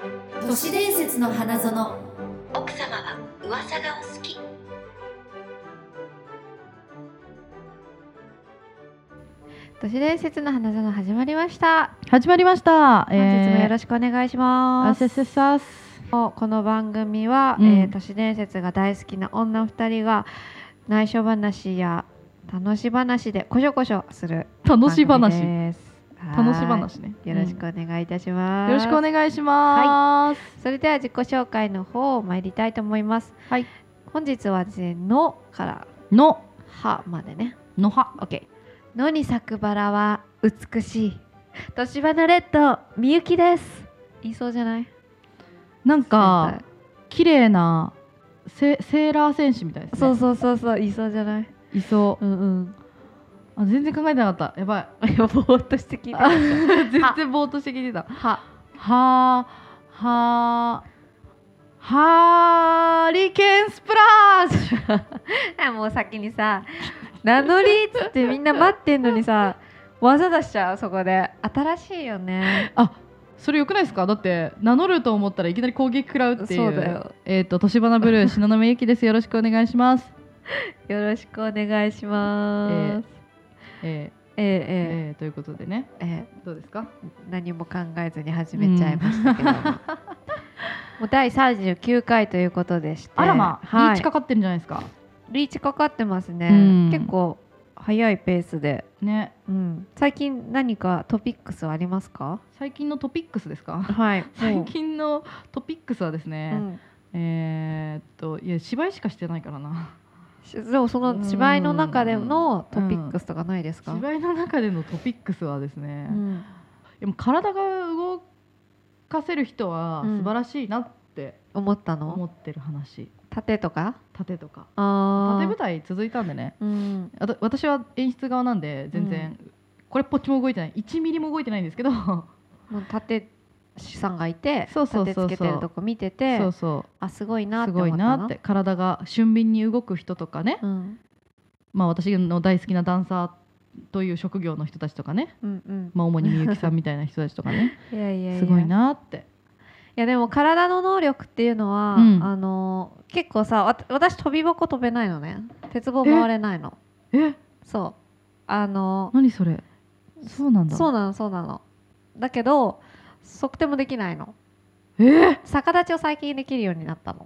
都市伝説の花園。 奥様は噂がお好き。 都市伝説の花園始まりました。 本日もよろしくお願いします。 す。 この番組は、都市伝説が大好きな女2人が内緒話や楽し話でこしょこしょする楽し番話組です。 楽し話ね。 よろしくお願いいたします。 よろしくお願いします。 それでは自己紹介の方参りたいと思います。 はい。 本日はですね、のからのはまでね。 のは。 オッケー。のに咲くバラは美しい。年花レッドみゆきです。言いそうじゃない？ なんか綺麗なセーラー戦士みたいですね。 そう言いそうじゃない？ いそう。あ、全然考えてなかった。やばい。 ぼーっとして聞いてました全然ぼーっとして聞いてた。ハリケーンスプラッシュもう先にさ名乗りっつってみんな待ってんのにさ技出しちゃう。そこで新しいよね。 あ、それよくないですか？だって名乗ると思ったらいきなり攻撃食らうっていう。 そうだよ。 年花ブルー東雲ゆきです。よろしくお願いします。 よろしくお願いします。 ということでね、どうですか？ 何も考えずに始めちゃいましたけども、もう第39回ということでして、 あらまあ、リーチかかってるんじゃないですか？ リーチかかってますね。結構早いペースでね。 最近何かトピックスはありますか？ 最近のトピックスですか？ はい。 最近のトピックスはですね、いや芝居しかしてないからな。 でもその芝居の中でのトピックスとかないですか？ 芝居の中でのトピックスはですね、でも体が動かせる人は素晴らしいなって思ってる話。 盾とか盾盾舞台続いたんでね、私は演出側なんで全然これっぽっちも動いてない、1ミリも動いてないんですけど、 盾師さんがいて盾つけてるとこ見てて、あ、すごいなって思ったの。 体が俊敏に動く人とかね、まあ私の大好きなダンサーという職業の人たちとかね、まあ主にみゆきさんみたいな人たちとかねすごいなって。 いやでも体の能力っていうのは、結構さ、私飛び箱飛べないのね。鉄棒回れないの。そう何それ？そうなんだ。 そうなの。だけど測定もできないの。逆立ちを最近できるようになったの。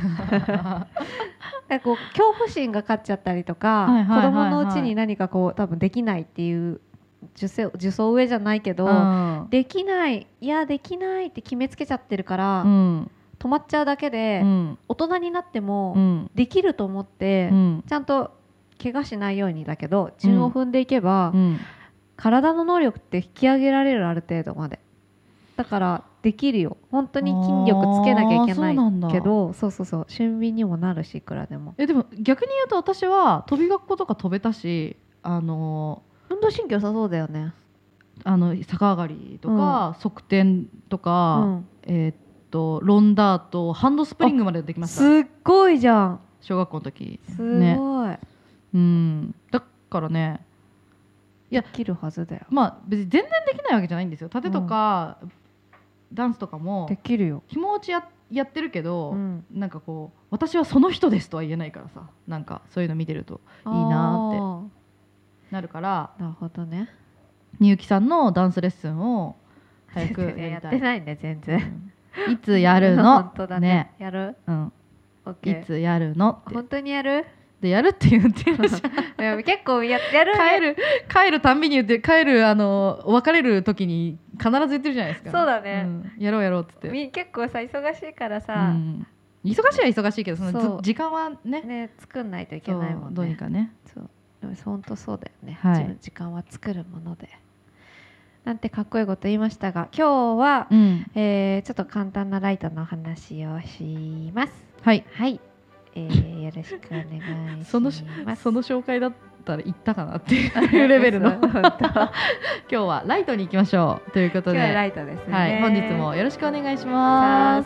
こう恐怖心が勝っちゃったりとか、子供のうちに何かこう多分できないっていう呪詛上じゃないけど、できないって決めつけちゃってるから、止まっちゃうだけで、大人になってもできると思って、ちゃんと怪我しないようにだけど順を踏んでいけば、体の能力って引き上げられる、ある程度まで。だからできるよ。本当に筋力つけなきゃいけないけど、そう俊敏にもなるし、いくらでも。 でも逆に言うと私は飛び学とか飛べたし、運動神経良さそうだよね。 逆上がりとか、側転とか、ロンダート、ハンドスプリングまでできました。 すっごいじゃん。 小学校の時すごい、 だからね、 できるはずだよ。 まあ別に全然できないわけじゃないんですよ。盾とか、ダンスとかもできるよ。 気持ちやってるけど、なんかこう私はその人ですとは言えないからさ、なんかそういうの見てるといいなってなるから。 なるほどね。 みゆきさんのダンスレッスンを早くやりたい。 やってないね全然。 いつやるの？ 本当だね。やる？ いつやるの？って。 本当にやる？ でやるって言ってるじゃん。結構やる。 帰るたんびに言って、別れる時に必ず言ってるじゃないですか。 そうだね。 やろうっつって。 結構さ忙しいからさ。 忙しいは忙しいけど、その時間はね作んないといけないもんね。 どうにかね。 でも本当そうだよね。時間は作るもので。なんてかっこいいこと言いましたが、今日はちょっと簡単なライトの話をします。 はい。 よろしくお願いします。 その紹介だったら言ったかなっていうレベルの今日はライトに行きましょうということで、 今日はライトですね。 本日もよろしくお願いします。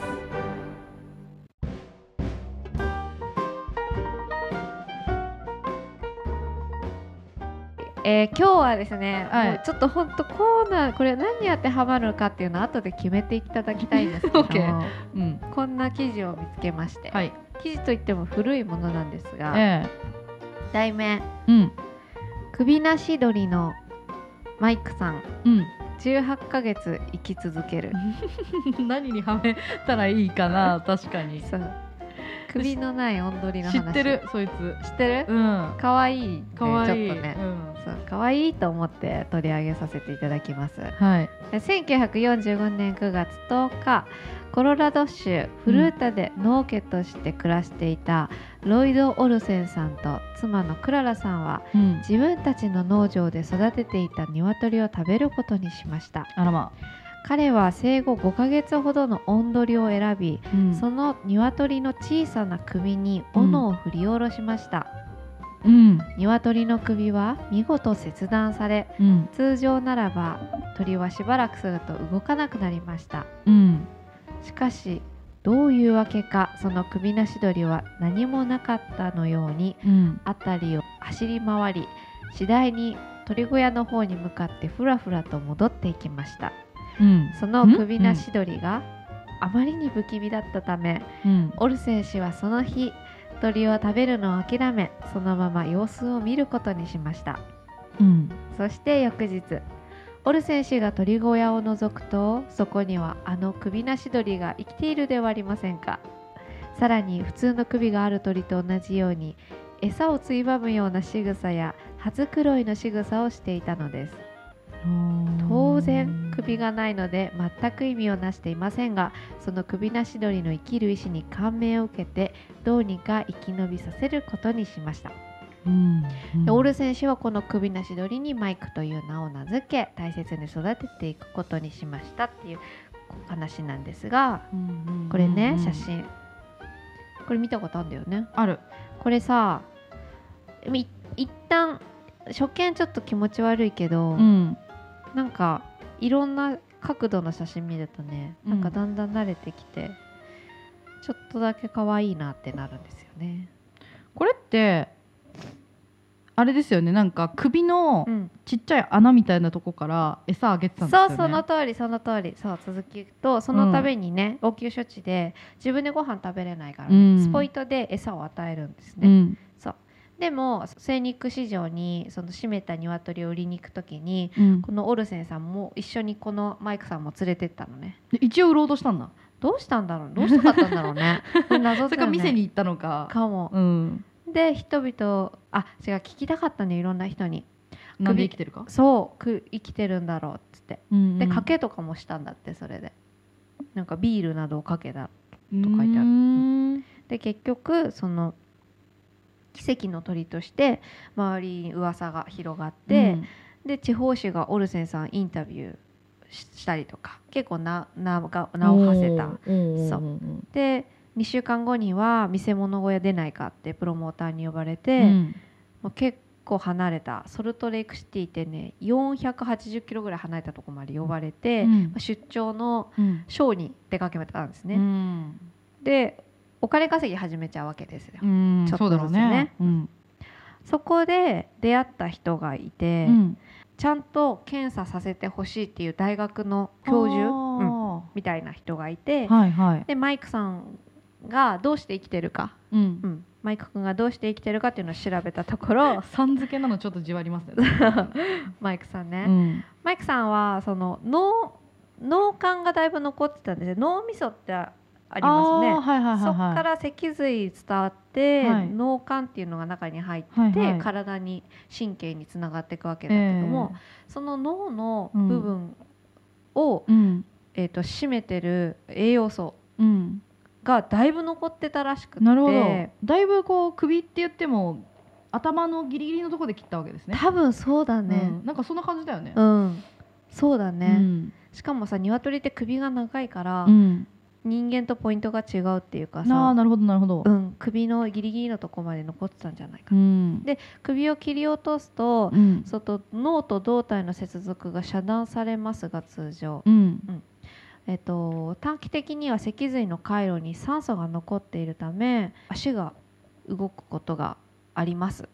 今日はですね、もうちょっと本当コーナーこれ何に当てはまるかっていうのを後で決めていただきたいんですけど、こんな記事を見つけまして、記事といっても古いものなんですが、題名、首なし鳥のマイクさん、18ヶ月生き続ける何にはめたらいいかな。確かにそう首のないオンドリの話。 知ってる、そいつ知ってる。 かわいい、 かわいい、 ちょっとね、そうかわいいと思って取り上げさせていただきます。1945年9月10日、コロラド州フルータで農家として暮らしていたロイド・オルセンさんと妻のクララさんは、自分たちの農場で育てていた鶏を食べることにしました。 あらま。 彼は生後5ヶ月ほどのオンドリを選び、その鶏の小さな首に斧を振り下ろしました。鶏の首は見事切断され、通常ならば鳥はしばらくすると動かなくなりました。しかしどういうわけか、その首なし鳥は何もなかったのように、辺りを走り回り、次第に鳥小屋の方に向かってふらふらと戻っていきました。その首なし鳥があまりに不気味だったため、オルセン氏はその日鳥を食べるのを諦め、そのまま様子を見ることにしました。そして翌日、オルセン氏が鳥小屋を覗くと、そこにはあの首なし鳥が生きているではありませんか。さらに普通の首がある鳥と同じように、餌をついばむような仕草や羽繕いの仕草をしていたのです。当然首がないので全く意味をなしていませんが、その首なし鳥の生きる意志に感銘を受けて、どうにか生き延びさせることにしました。でオルセン氏はこの首なし鳥にマイクという名を名付け、大切に育てていくことにしましたっていう話なんですが、これね、写真これ見たことあるんだよね。 ある。 これさ、一旦初見ちょっと気持ち悪いけど、なんかいろんな角度の写真見るとね、なんかだんだん慣れてきて、ちょっとだけ可愛いなってなるんですよね。 これってあれですよね、なんか首のちっちゃい穴みたいなとこから餌あげてたんですよね。 そう、その通りその通り。そう、続きとそのためにね、応急処置で自分でご飯食べれないからね、スポイトで餌を与えるんですね。そうでも精肉市場にその締めた鶏を売りに行くときに、このオルセンさんも一緒にこのマイクさんも連れてったのね。 一応売ろうとしたんだ。 どうしたんだろう、どうしたかったんだろうね。謎だよね。 それか店に行ったのかも、で人々違う、聞きたかったね、いろんな人に。 なんで生きてるか。 そう生きてるんだろうっつって、で賭けとかもしたんだって。それでなんかビールなどをかけたと書いてある。で結局その奇跡の鳥として周りに噂が広がって、で地方紙がオルセンさんインタビューしたりとか、結構名を馳せた。そうで2週間後には見せ物小屋出ないかってプロモーターに呼ばれて、結構離れたソルトレイクシティってね、480キロぐらい離れたところまで呼ばれて、出張のショーに出かけたんですね。でお金稼ぎ始めちゃうわけですよ。ちょっとずつね。そこで出会った人がいて、ちゃんと検査させてほしいっていう大学の教授、みたいな人がいて、でマイクさんがどうして生きてるか、マイク君がどうして生きてるかっていうのを調べたところ、 さん付けなのちょっとじわりますね。 マイクさんね、マイクさんはその脳幹がだいぶ残ってたんですよ。脳みそってありますね。そこから脊髄伝わって、脳幹っていうのが中に入って、体に神経につながっていくわけだけども、その脳の部分を、占めてる栄養素がだいぶ残ってたらしくて。 なるほど。だいぶこう首って言っても頭のギリギリのところで切ったわけですね。 多分そうだね。 なんかそんな感じだよね。 そうだね。しかもさ、鶏って首が長いから、人間とポイントが違うっていうかさ。 なるほどなるほど。 首のギリギリのとこまで残ってたんじゃないか。で首を切り落とすと、脳と胴体の接続が遮断されますが、通常、短期的には脊髄の回路に酸素が残っているため足が動くことがあります。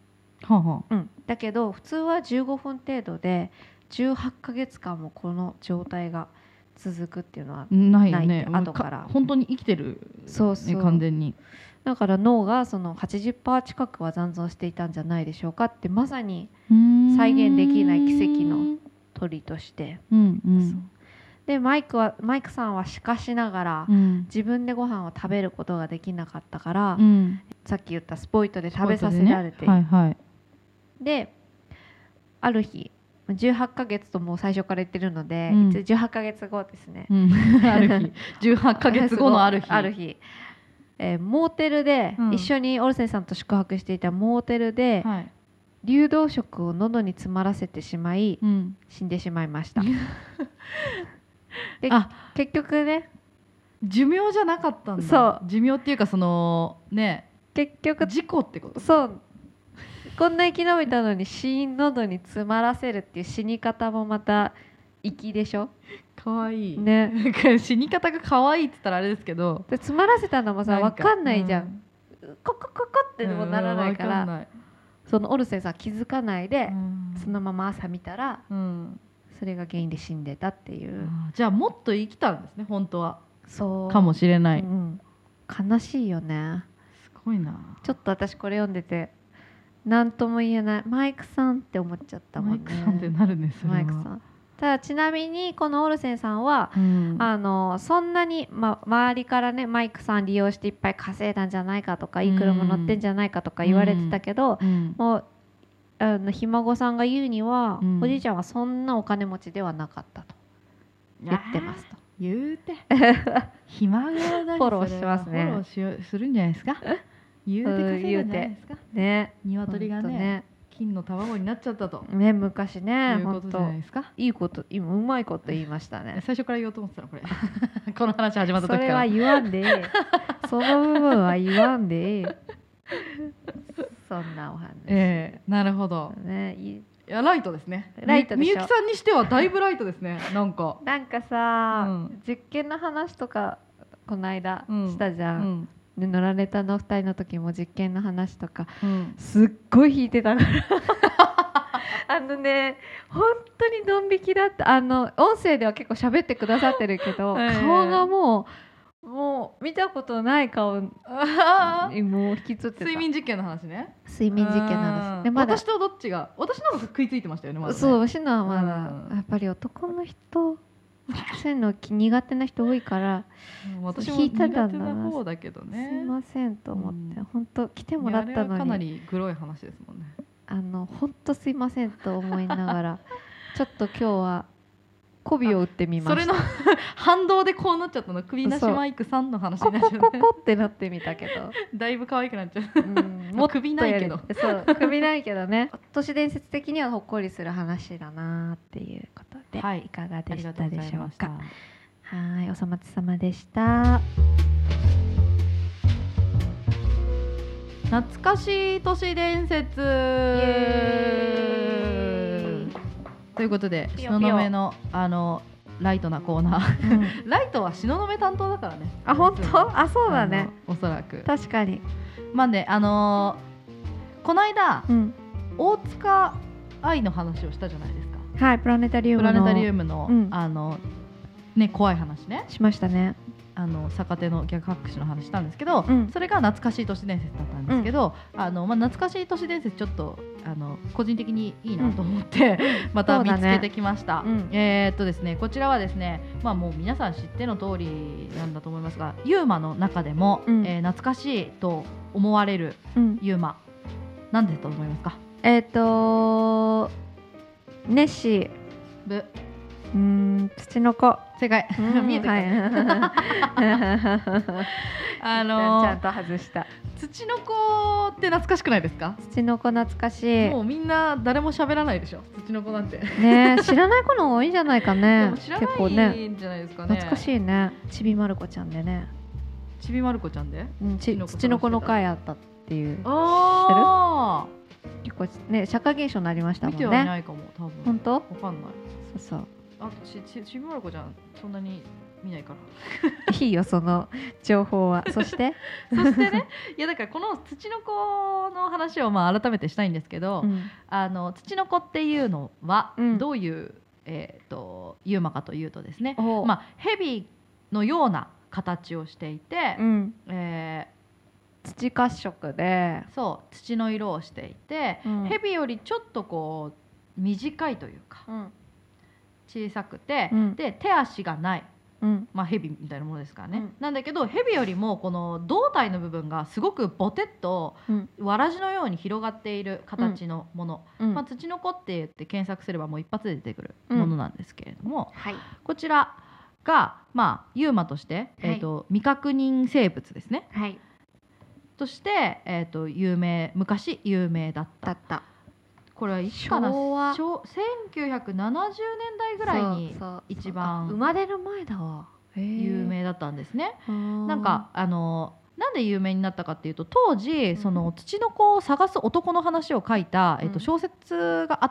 ははだけど普通は15分程度で18ヶ月間もこの状態が続くっていうのはないよね。後から本当に生きてる、 そうそう、 完全に。 だから脳がその 80% 近くは残存していたんじゃないでしょうかって、まさに再現できない奇跡の鳥として、でマイクさんはしかしながら、自分でご飯を食べることができなかったから、さっき言ったスポイトで食べさせられて、である日18ヶ月ともう最初から言ってるので、18ヶ月後ですね、 ある日18ヶ月後のある日モーテルで、一緒にオルセンさんと宿泊していたモーテルで、流動食を喉に詰まらせてしまい、死んでしまいましたで結局ね、 寿命じゃなかったんだ。 そう、 寿命っていうかそのね、 結局事故ってこと。 そう、こんな生き延びたのに喉に詰まらせるっていう死に方もまた粋でしょ。 かわいいね。 死に方がかわいいって言ったらあれですけど、 で詰まらせたのもさ、分かんないじゃん、ココココってもならないから、そのオルセンさん気づかないで、そのまま朝見たら、それが原因で死んでたっていう。 じゃあもっと生きたんですね、本当は。 そうかもしれない、 悲しいよね。 すごいな。 ちょっと私これ読んでて何とも言えない、マイクさんって思っちゃったもんね。 マイクさんってなるね、それは。 マイクさん。ただちなみにこのオルセンさんは、そんなに、周りからね、マイクさん利用していっぱい稼いだんじゃないかとか、いい車乗ってんじゃないかとか言われてたけど、もうひ孫さんが言うには、おじいちゃんはそんなお金持ちではなかったと言ってますと。 言うてひ孫だ。 フォローしてますね。 フォローするんじゃないですか。言うて稼いだんじゃないですかね。 鶏がね金の卵になっちゃったとね、昔ね、 いうことじゃないですか。 いいこと、今うまいこと言いましたね。 最初から言おうと思ってたのこれこの話始まった時から。 それは言わんでその部分は言わんでそんなお話。 なるほどね。 いや、ライトですね。 ライトでしょ。 みゆきさんにしてはだいぶライトですね。なんかさ、実験の話とかこの間したじゃん、で乗られたの2人の時も実験の話とか、すっごい弾いてたから本当にドン引きだった。音声では結構喋ってくださってるけど、顔がもう見たことない顔もう引きつってた。 睡眠実験の話ね。 睡眠実験の話で、 私とどっちが、私の方が食いついてましたよね、まだね。 そう、私のはまだやっぱり男の人そういうの苦手な人多いから私も苦手な方だけどね。 すいませんと思って、本当来てもらったのにかなりグロい話ですもんね。 本当すいませんと思いながらちょっと今日は媚びを打ってみました。 それの反動でこうなっちゃったの。首なしマイクさんの話になっちゃうね。 ココってなってみたけどだいぶ可愛くなっちゃう。もう首ないけど。 そう首ないけどね。都市伝説的にはほっこりする話だなっていうことで、いかがでしたでしょうか。はい、お粗末様でした。 懐かしい都市伝説ということで、東雲のライトなコーナー、ライトは東雲担当だからね。 あ、本当？あ、そうだね。 おそらく。 確かに。 まあね、この間、大塚愛の話をしたじゃないですか。 はい、プラネタリウムのね、怖い話ね。 しましたね。 逆手の逆拍手の話したんですけど、それが懐かしい都市伝説だったんですけど、懐かしい都市伝説ちょっと個人的にいいなと思って、また見つけてきました。ですね、こちらはですね、もう皆さん知っての通りなんだと思いますが、ユーマの中でも、懐かしいと思われるユーマ、何だと思いますか？ ネッシー。 土の子。 正解。見えてる。ちゃんと外した。 土の子って懐かしくないですか？ 土の子懐かしい。 もうみんな誰も喋らないでしょ、土の子なんて。 ね、知らない子の方が多いんじゃないかね。 知らないんじゃないですかね。 懐かしいね。ちびまる子ちゃんでね。 ちびまる子ちゃんで？ 土の子の回あったっていう。知ってる？結構ね、社会現象になりましたもんね。 見てはいないかも、多分。 本当？ わかんない。 そう。 ちびまる子ちゃんそんなに見ないからいいよその情報は。そしてね、いやだからこのツチノコの話をまあ改めてしたいんですけど、ツチノコっていうのはどういう、ユーマかというとですね、まあヘビのような形をしていて、 土褐色で、 そう土の色をしていて、ヘビよりちょっとこう短いというか、小さくて、で手足がない、まあヘビみたいなものですからね、なんだけどヘビよりもこの胴体の部分がすごくボテッとわらじのように広がっている形のもの、まあ、ツチノコって言って検索すればもう一発で出てくるものなんですけれども、こちらがまあユーマとして、未確認生物ですね、として、昔有名だった。これはいつかな、1970年代ぐらいに一番生まれる前だわ、 有名だったんですね。なんかなんで有名になったかっていうと、当時そのツチノコを探す男の話を書いた、小説があって、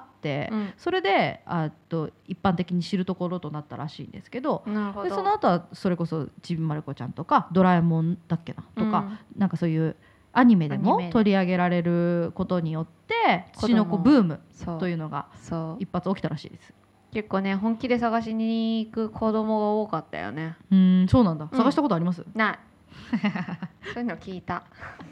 それで一般的に知るところとなったらしいんですけど、でその後はそれこそちびまる子ちゃんとかドラえもんだっけなとか、なんかそういうアニメでも取り上げられることによってツチノコブームというのが一発起きたらしいです。 結構ね本気で探しに行く子供が多かったよね。 そうなんだ。探したことあります？ ないそういうの聞いた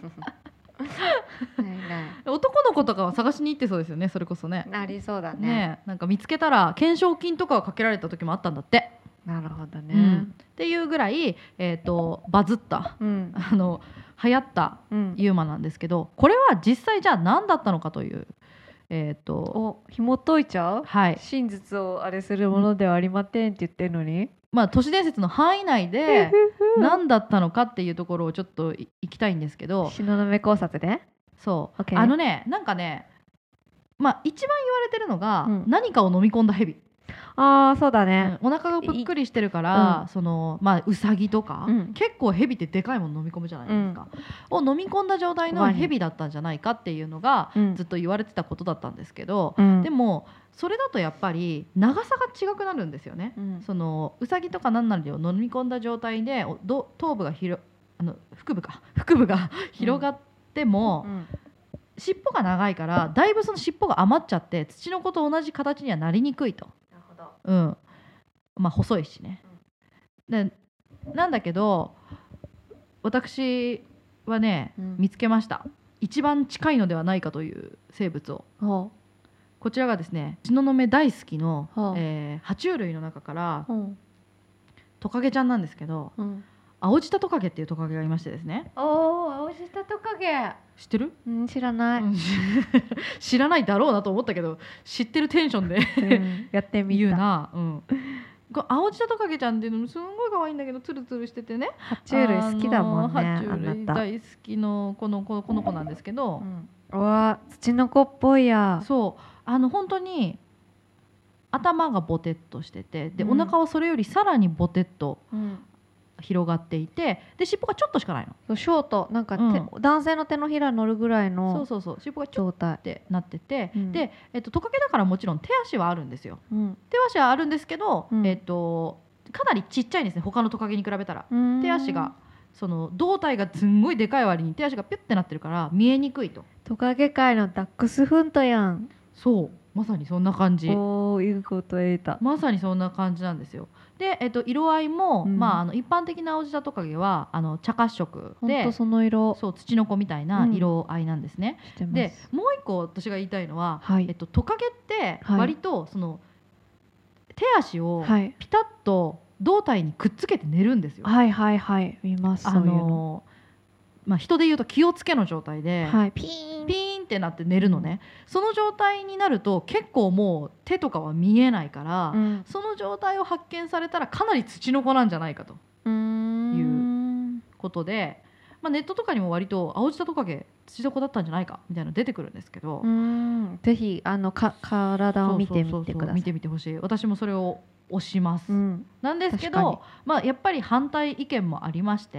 男の子とかは探しに行ってそうですよね。それこそね、 ありそうだね。 なんか見つけたら懸賞金とかをかけられた時もあったんだって。 なるほどね、 っていうぐらい、バズった、流行ったユーマなんですけど、これは実際じゃあ何だったのかという、 紐解いちゃう、真実をあれするものではありませんって言ってるのに、 まあ都市伝説の範囲内で何だったのかっていうところをちょっといきたいんですけど、 東雲考察で、 そう、なんかね、まあ一番言われてるのが、何かを飲み込んだヘビ。 そうだね、 お腹がぷっくりしてるから、そのまあウサギとか、結構ヘビってでかいもの飲み込むじゃないですか、を飲み込んだ状態のヘビだったんじゃないかっていうのがずっと言われてたことだったんですけど、でもそれだとやっぱり長さが違くなるんですよね、そのウサギとか何なりを飲み込んだ状態で頭部が腹部が広がっても、尻尾が長いからだいぶその尻尾が余っちゃってツチノコと同じ形にはなりにくいと。まあ細いしね、でなんだけど私はね、見つけました。一番近いのではないかという生物を。こちらがですね、東雲大好きの、爬虫類の中からトカゲちゃんなんですけど、青舌トカゲっていうトカゲがいましてですね。 青舌トカゲ知ってる？ 知らない、 知らないだろうなと思ったけど、知ってるテンションでやってみた。 言うな。青舌トカゲちゃんっていうのすんごい可愛いんだけど、ツルツルしててね、 爬虫類好きだもんね。 爬虫類大好きのこの子なんですけど、 ツチノコっぽいや。 そう本当に頭がボテッとしてて、でお腹はそれよりさらにボテッと広がっていて、で尻尾がちょっとしかないの。 ショート、なんか男性の手のひらに乗るぐらいの尻尾がちょっとってなってて、でトカゲだからもちろん手足はあるんですよ、手足はあるんですけど、かなりちっちゃいんですね、他のトカゲに比べたら。手足がその胴体がすんごいでかい割に手足がピュッてなってるから見えにくいと。 トカゲ界のダックスフントやん。 そう、まさにそんな感じ。 いいこと言えた。 まさにそんな感じなんですよ。で、色合いも、一般的な青舌トカゲは茶褐色で、 その色、 そうツチノコみたいな色合いなんですね。でもう一個私が言いたいのは、トカゲって割とその手足をピタッと胴体にくっつけて寝るんですよ。 見ます。 人でいうと気をつけの状態で、ピーンってなって寝るのね。その状態になると結構もう手とかは見えないから、その状態を発見されたらかなりツチノコなんじゃないかということで、ネットとかにも割と青舌トカゲツチノコだったんじゃないかみたいなの出てくるんですけど、 ぜひ体を見てみてください。 見てみてほしい。私もそれを推します、なんですけど、やっぱり反対意見もありまして、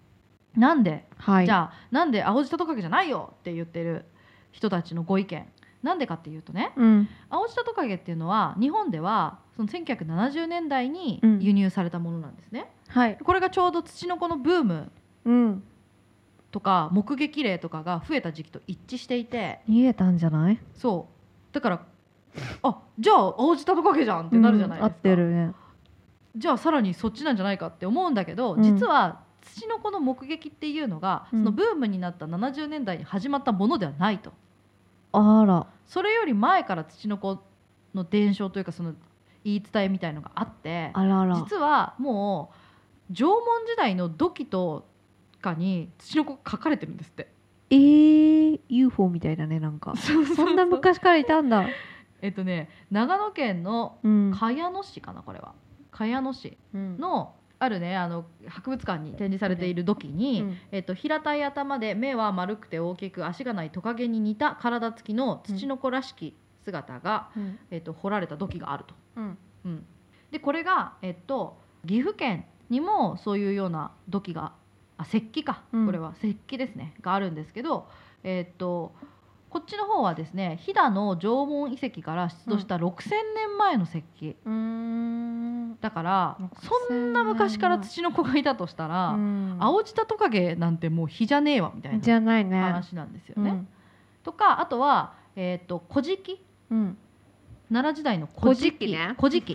なんで、じゃあなんで青舌トカゲじゃないよって言ってる人たちのご意見なんでかっていうとね、 うん、 青舌トカゲっていうのは日本ではその1970年代に輸入されたものなんですね、 はい、 これがちょうどツチノコのブームとか目撃例とかが増えた時期と一致していて、 逃げたんじゃない？ そうだから、じゃあ青舌トカゲじゃんってなるじゃないですか、 合ってるね。 じゃあさらにそっちなんじゃないかって思うんだけど、実はツチノコの目撃っていうのが、そのブームになった70年代に始まったものではないと。 あら、 それより前からツチノコの伝承というかその言い伝えみたいのがあって、 あらら、 実はもう縄文時代の土器とかにツチノコが描かれてるんですって。 UFO みたいだね、なんかそんな昔からいたんだ。 長野県の茅野市かな、これは茅野市のあるね、博物館に展示されている土器に、平たい頭で目は丸くて大きく足がないトカゲに似た体つきのツチノコらしき姿が、彫られた土器があると、でこれが、岐阜県にもそういうような土器が石器か、これは石器ですねがあるんですけど、こっちの方はですね、飛騨の縄文遺跡から出土した6000年前の石器、だからそんな昔からツチノコがいたとしたら、青舌トカゲなんてもう比じゃねえわみたいな話なんですよね。とか、あとは古事記、奈良時代の古事記ね、古事記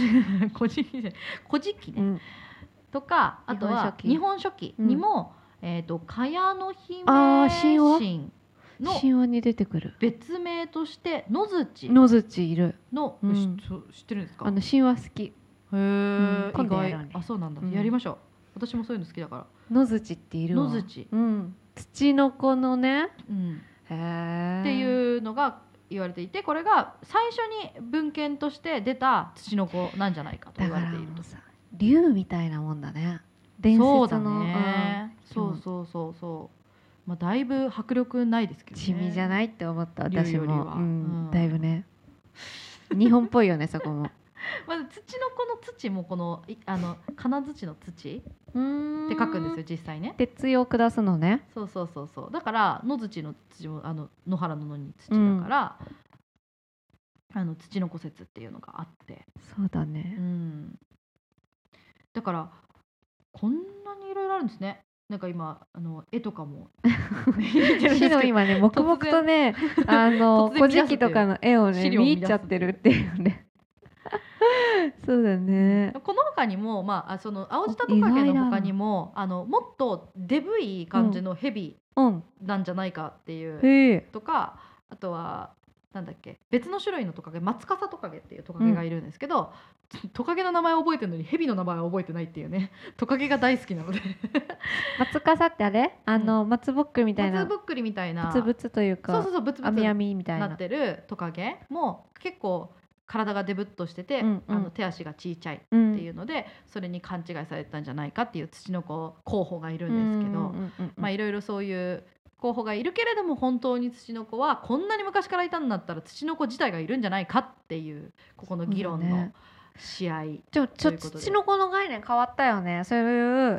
ね、とか、あとは日本書紀にも茅野姫神神話に出てくる別名として野槌いるの、知ってるんですか？ 神話好き。 へえ、意外。そうなんだ、やりましょう。私もそういうの好きだから。 野槌っているわ。野槌、ツチノコのね、 っていうのが言われていて、これが最初に文献として出たツチノコなんじゃないかと言われていると。 竜みたいなもんだね、伝説の。そうだね、 そうまあ、だいぶ迫力ないですけどね。 地味じゃないって思った私も、だいぶね日本っぽいよねそこも。 まずツチノコの土もこの金槌の土って書くんですよ実際ね。 鉄を下すのね。 そうだから野槌の土も野原の野に土だから、ツチノコ説っていうのがあって。 そうだね、 だからこんなにいろいろあるんですね。なんか今絵とかもシロ今ね黙々とね古事記とかの絵をね見入っちゃってるっていうねそうだね。 この他にも、その青舌トカゲの他にももっとデブい感じのヘビなんじゃないかっていうとか、あとはなんだっけ、別の種類のトカゲ、マツカサトカゲっていうトカゲがいるんですけど、トカゲの名前を覚えてるのにヘビの名前を覚えてないっていうね、トカゲが大好きなのでマツカサってあれ松ぼっくりみたいな、 松ぼっくりみたいなブツブツというか、 そうブツブツ網網みたいななってるトカゲも結構体がデブっとしてて、手足が小さいっていうので、それに勘違いされたんじゃないかっていうツチノコ候補がいるんですけど、いろいろそういう候補がいるけれども、本当にツチノコはこんなに昔からいたんだったらツチノコ自体がいるんじゃないかっていうここの議論の試合、 ツチノコの概念変わったよね。そういう、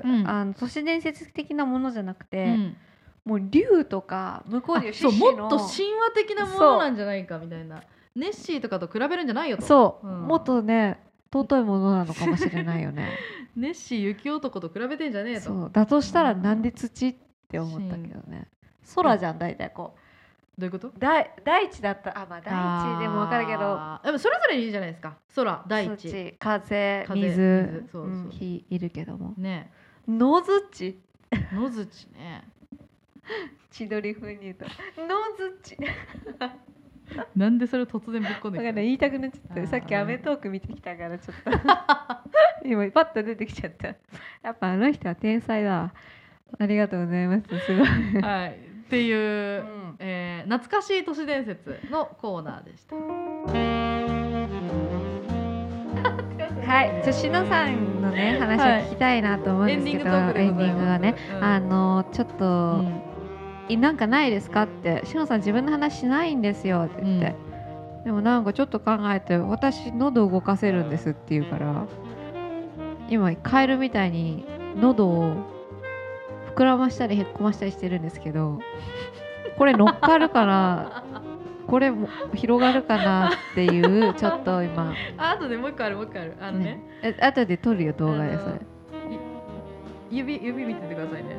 都市伝説的なものじゃなくて、もう竜とか向こうでいう獅子のもっと神話的なものなんじゃないかみたいな、ネッシーとかと比べるんじゃないよと。 そう、もっとね尊いものなのかもしれないよねネッシー雪男と比べてんじゃねえと。 そうだとしたらなんで土って思ったけどね。空じゃん大体こう。 どういうこと？ 大地だったら大地でも分かるけど、 でもそれぞれいいじゃないですか。空、大地、 風、水、火いるけどもね。野槌ね千鳥風に言うと野槌なんでそれを突然ぶっ込んできたの？ 言いたくなっちゃった。さっきアメトーク見てきたからちょっと今パッと出てきちゃった。やっぱあの人は天才だ。ありがとうございます。すごいはい、っていう、懐かしい都市伝説のコーナーでした。 はい、しのさんのね話を聞きたいなと思うんですけど、エンディングがね、ちょっと、なんかないですかってしのさん自分の話しないんですよって言って、でもなんかちょっと考えて私喉動かせるんですって言うから、今カエルみたいに喉を膨らましたりへっこましたりしてるんですけど、これ乗っかるからこれも広がるかなっていうちょっと今あとでもう一個あるね後で撮るよ動画でそれ指見ててくださいね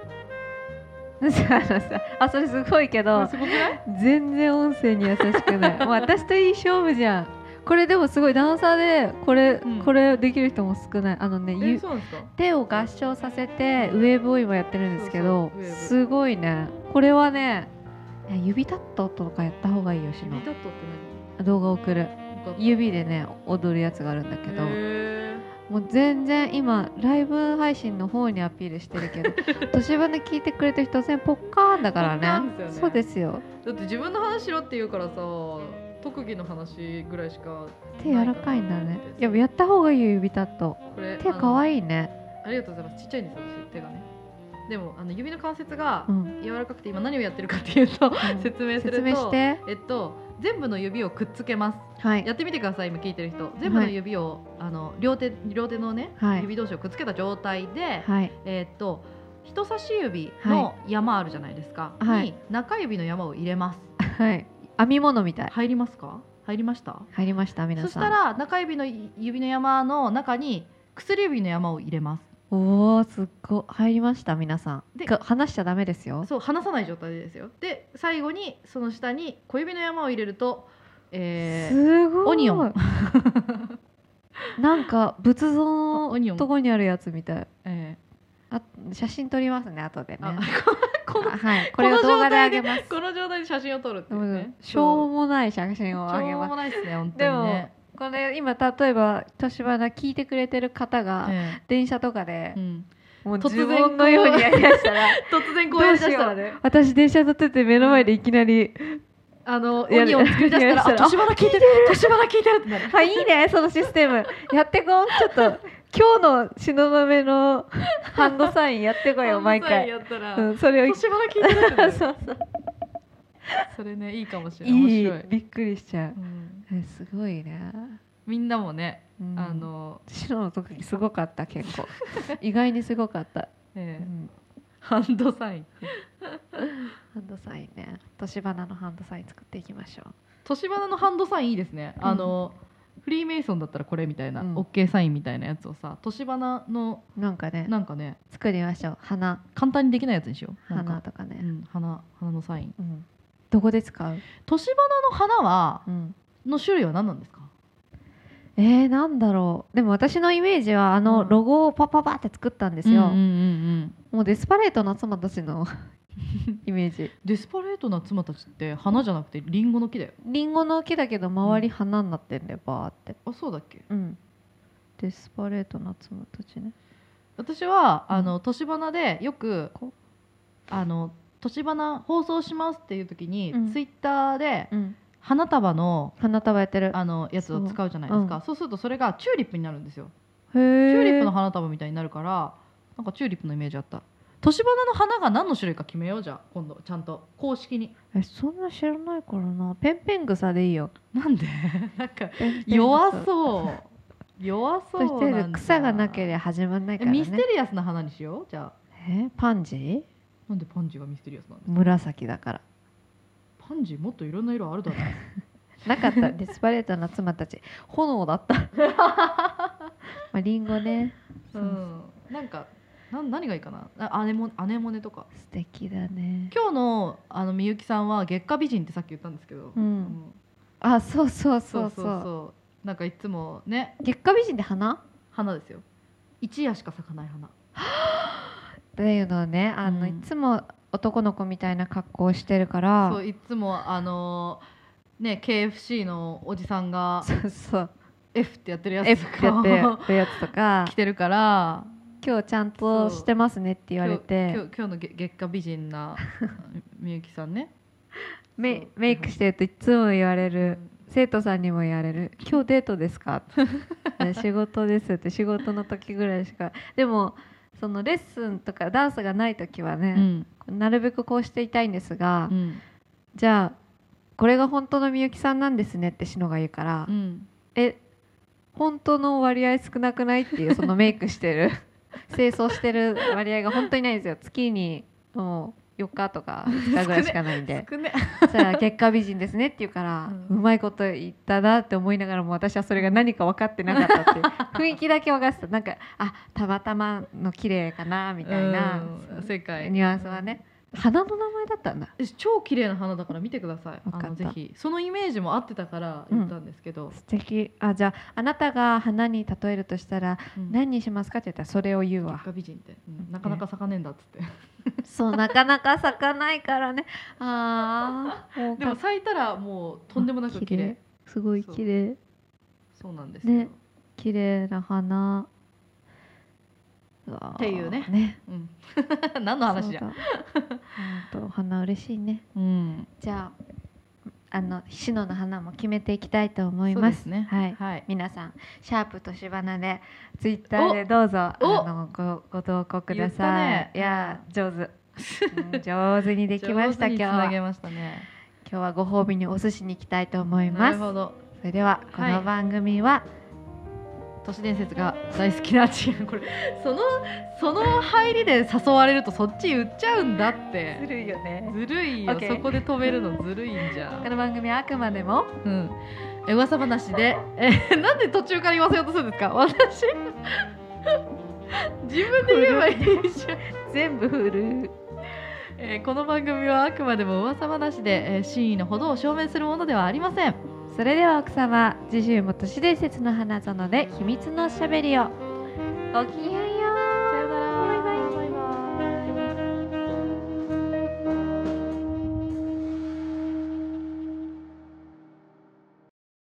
それすごいけどすごくない？ 全然音声に優しくないもう私といい勝負じゃんこれでもすごいダンサーでこれできる人も少ない手を合唱させてウェーブを今やってるんですけどすごいねこれはね指タットとかやった方がいいよしの指タットって何動画送る指でね踊るやつがあるんだけどもう全然今ライブ配信の方にアピールしてるけど年花聞いてくれてる人全ポッカーンだからねそうですよだって自分の話しろって言うからさ特技の話ぐらいしか手柔らかいんだねいやった方がいいよ指タット手かわいいねありがとうございますちっちゃいんです私手がねでも指の関節が柔らかくて今何をやってるかっていうと、説明すると全部の指をくっつけます、やってみてください今聞いてる人全部の指を、両手のね、指同士をくっつけた状態で、人差し指の山あるじゃないですか、に中指の山を入れます、 編み物みたい入りますか？入りました？ 入りました皆さん。 そしたら中指の指の山の中に薬指の山を入れます。 おーすっごい入りました皆さんで離しちゃダメですよそう離さない状態ですよで最後にその下に小指の山を入れると、 すごいオニオンなんか仏像のとこにあるやつみたい、写真撮りますね後でねこれを動画であげますこの状態で写真を撮るっていうねしょうもない写真をあげますしょうもないですね本当にねこれ今例えば年花聞いてくれてる方が電車とかで、もう自分のようにやりだしたら突然こうやりだしたらね私電車乗ってて目の前でいきなり、 オニオン作り出したら年花聞いてるってなるいいねそのシステムやってこうちょっと今日の東雲のハンドサインやってこいよ毎回やったら、 それを年花聞いてるってなるそうそれねいいかもしれない面白いびっくりしちゃう、すごいねみんなもね、 白の時すごかった結構意外にすごかった、 ハンドサインハンドサインね年花のハンドサイン作っていきましょう年花のハンドサインいいですねフリーメイソンだったらこれみたいな、OK サインみたいなやつをさ年花のなんかね作りましょう花簡単にできないやつにしよう花とかね、 花のサイン、 どこで使う年花の花は、の種類は何なんですか？ なんだろうでも私のイメージはロゴをパパって作ったんですよ、もうデスパレートな妻たちのイメージデスパレートな妻たちって花じゃなくてリンゴの木だよリンゴの木だけど周り花になってんだよバーってあそうだっけデスパレートな妻たちね私は年花でよく年花放送しますっていう時に、ツイッターで、花束やってるやつを使うじゃないですか、そうするとそれがチューリップになるんですよチューリップの花束みたいになるからなんかチューリップのイメージあった年花の花が何の種類か決めようじゃあ今度ちゃんと公式にそんな知らないからなペンペン草でいいよなんでなんか弱そうなんだ草がなければ始まんないからねミステリアスな花にしようじゃあパンジーなんでパンジーがミステリアスなんですか紫だからパンジーもっといろんな色あるだろうなかったデスパレートな妻たち炎だったリンゴねなんか何がいいかなアネモネとか素敵だね今日のみゆきさんは月下美人ってさっき言ったんですけど、 あそうなんかいつもね月下美人って花ですよ一夜しか咲かない花っていうのをねいつも男の子みたいな格好をしてるからそういつもね KFC のおじさんがF ってやってるやつとか着てるから今日ちゃんとしてますねって言われて今日の月下美人なみゆきさんねメイクしてるといつも言われる、生徒さんにも言われる今日デートですか仕事ですって仕事の時ぐらいしかでもそのレッスンとかダンスがない時はね、なるべくこうしていたいんですが、じゃあこれが本当のみゆきさんなんですねってしのが言うから、本当の割合少なくないっていうそのメイクしてる清掃してる割合が本当にないんですよ月にも 4日とか5日ぐらいしかないんでじゃあ結果美人ですねって言うから、うまいこと言ったなって思いながらも私はそれが何か分かってなかったって雰囲気だけ分かってた。なんかたまたまの綺麗かなみたいな正解ニュアンスはね。花の名前だったんだ。 超綺麗な花だから見てください。ぜひそのイメージも合ってたから言ったんですけど、 素敵。じゃああなたが花に例えるとしたら何にしますかって言ったらそれを言うわ。 結果美人って、なかなか咲かねえんだっつってそうなかなか咲かないからね。 でも咲いたらもうとんでもなく綺麗。 すごい綺麗。 そうなんですよね。 綺麗な花っていうね。何の話じゃん。 本当花嬉しいね。じゃあシノの花も決めていきたいと思います。はい。皆さんシャープとしばなでツイッターでどうぞご投稿ください。いや上手上手にできました。今日はご褒美にお寿司に行きたいと思います。それではこの番組は都市伝説が大好きなこれその入りで誘われるとそっち言っちゃうんだって。 ずるいよね。 ずるいよ、そこで止めるのずるいんじゃん。 この番組はあくまでも噂話でなんで途中から言わせようとするんですか。私自分で言えばいいじゃん。 全部振る。 この番組はあくまでも噂話で、真意のほどを証明するものではありません。 それでは奥様、次週も都市伝説の花園で秘密のおしゃべりを。ごきげん